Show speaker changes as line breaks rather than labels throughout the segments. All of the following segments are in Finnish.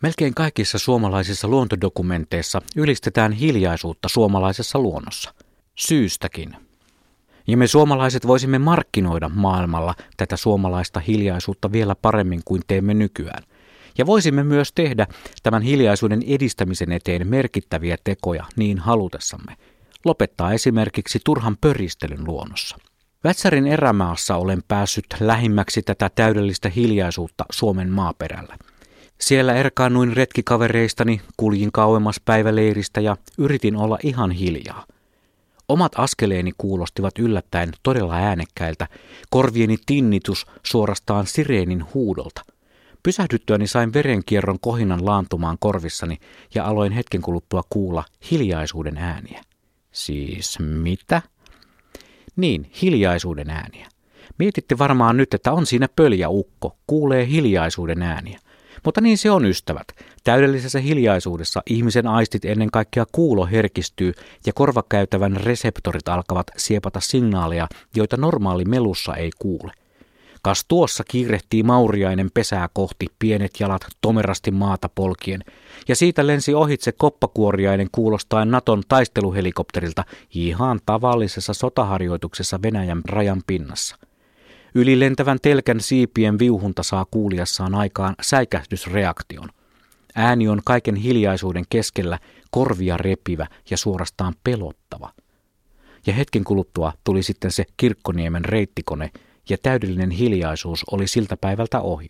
Melkein kaikissa suomalaisissa luontodokumenteissa ylistetään hiljaisuutta suomalaisessa luonnossa. Syystäkin. Ja me suomalaiset voisimme markkinoida maailmalla tätä suomalaista hiljaisuutta vielä paremmin kuin teemme nykyään. Ja voisimme myös tehdä tämän hiljaisuuden edistämisen eteen merkittäviä tekoja niin halutessamme. Lopettaa esimerkiksi turhan pöristelyn luonnossa. Vätsärin erämaassa olen päässyt lähimmäksi tätä täydellistä hiljaisuutta Suomen maaperällä. Siellä erkaannuin retkikavereistani, kuljin kauemmas päiväleiristä ja yritin olla ihan hiljaa. Omat askeleeni kuulostivat yllättäen todella äänekkäiltä, korvieni tinnitus suorastaan sireenin huudolta. Pysähdyttyäni sain verenkierron kohinan laantumaan korvissani ja aloin hetken kuluttua kuulla hiljaisuuden ääniä. Siis mitä? Niin, hiljaisuuden ääniä. Mietitte varmaan nyt, että on siinä pöljä ukko, kuulee hiljaisuuden ääniä. Mutta niin se on, ystävät. Täydellisessä hiljaisuudessa ihmisen aistit ennen kaikkea kuulo herkistyy ja korvakäytävän reseptorit alkavat siepata signaaleja, joita normaali melussa ei kuule. Kas tuossa kiirehtii Mauriainen pesää kohti, pienet jalat tomerasti maata polkien, ja siitä lensi ohitse koppakuoriainen kuulostaen Naton taisteluhelikopterilta ihan tavallisessa sotaharjoituksessa Venäjän rajan pinnassa. Ylilentävän telkän siipien viuhunta saa kuulijassaan aikaan säikähdysreaktion. Ääni on kaiken hiljaisuuden keskellä korvia repivä ja suorastaan pelottava. Ja hetken kuluttua tuli sitten se Kirkkoniemen reittikone, ja täydellinen hiljaisuus oli siltä päivältä ohi.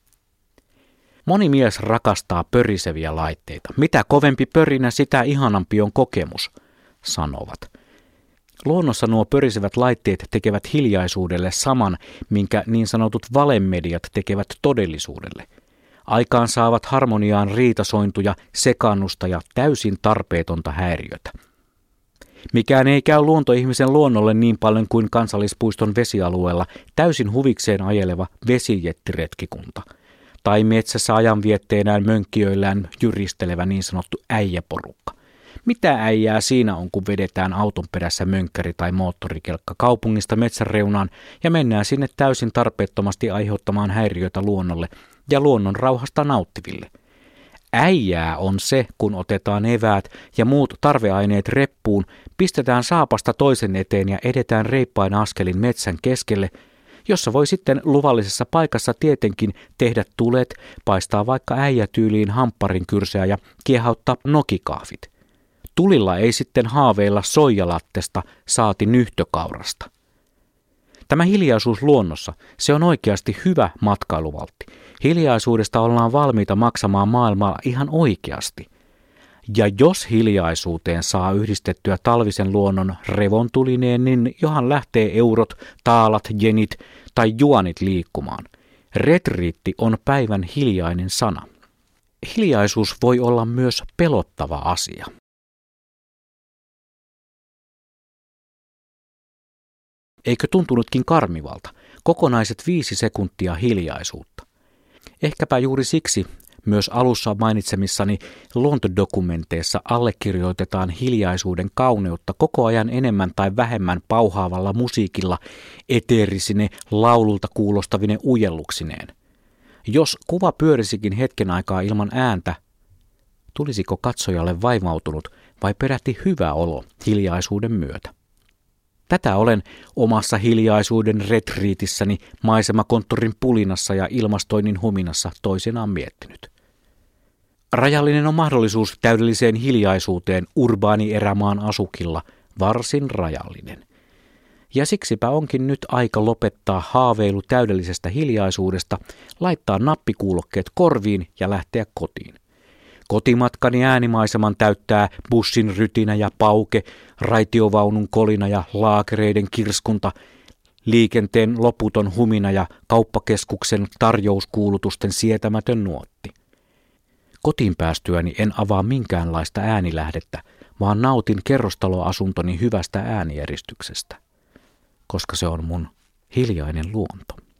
Moni mies rakastaa pöriseviä laitteita. Mitä kovempi pörinä, sitä ihanampi on kokemus, sanovat. Luonnossa nuo pörisevät laitteet tekevät hiljaisuudelle saman, minkä niin sanotut valemediat tekevät todellisuudelle. Aikaan saavat harmoniaan riitasointuja, sekaannusta ja täysin tarpeetonta häiriötä. Mikään ei käy luontoihmisen luonnolle niin paljon kuin kansallispuiston vesialueella täysin huvikseen ajeleva vesijettiretkikunta. Tai metsässä ajanvietteenään mönkkiöillään jyristelevä niin sanottu äijäporukka. Mitä äijää siinä on, kun vedetään auton perässä mönkkäri tai moottorikelkka kaupungista metsän reunaan ja mennään sinne täysin tarpeettomasti aiheuttamaan häiriötä luonnolle ja luonnon rauhasta nauttiville. Äijää on se, kun otetaan eväät ja muut tarveaineet reppuun, pistetään saapasta toisen eteen ja edetään reippain askelin metsän keskelle, jossa voi sitten luvallisessa paikassa tietenkin tehdä tulet, paistaa vaikka äijätyyliin hampparin kyrsää ja kiehauttaa nokikahvit. Tulilla ei sitten haaveilla soijalattesta saati nyhtökaurasta. Tämä hiljaisuus luonnossa, se on oikeasti hyvä matkailuvaltti. Hiljaisuudesta ollaan valmiita maksamaan maailmalla ihan oikeasti. Ja jos hiljaisuuteen saa yhdistettyä talvisen luonnon revontulineen, niin johan lähtee eurot, taalat, jenit tai juanit liikkumaan. Retriitti on päivän hiljainen sana. Hiljaisuus voi olla myös pelottava asia. Eikö tuntunutkin karmivalta? Kokonaiset 5 sekuntia hiljaisuutta. Ehkäpä juuri siksi myös alussa mainitsemissani luontodokumenteissa allekirjoitetaan hiljaisuuden kauneutta koko ajan enemmän tai vähemmän pauhaavalla musiikilla, eteerisine, laululta kuulostavine ujelluksineen. Jos kuva pyörisikin hetken aikaa ilman ääntä, tulisiko katsojalle vaivautunut vai peräti hyvä olo hiljaisuuden myötä? Tätä olen omassa hiljaisuuden retriitissäni, maisemakonttorin pulinassa ja ilmastoinnin huminassa toisinaan miettinyt. Rajallinen on mahdollisuus täydelliseen hiljaisuuteen urbaanierämaan asukilla, varsin rajallinen. Ja siksipä onkin nyt aika lopettaa haaveilu täydellisestä hiljaisuudesta, laittaa nappikuulokkeet korviin ja lähteä kotiin. Kotimatkani äänimaiseman täyttää bussin rytinä ja pauke, raitiovaunun kolina ja laakereiden kirskunta, liikenteen loputon humina ja kauppakeskuksen tarjouskuulutusten sietämätön nuotti. Kotiin päästyäni en avaa minkäänlaista äänilähdettä, vaan nautin kerrostaloasuntoni hyvästä äänieristyksestä, koska se on mun hiljainen luonto.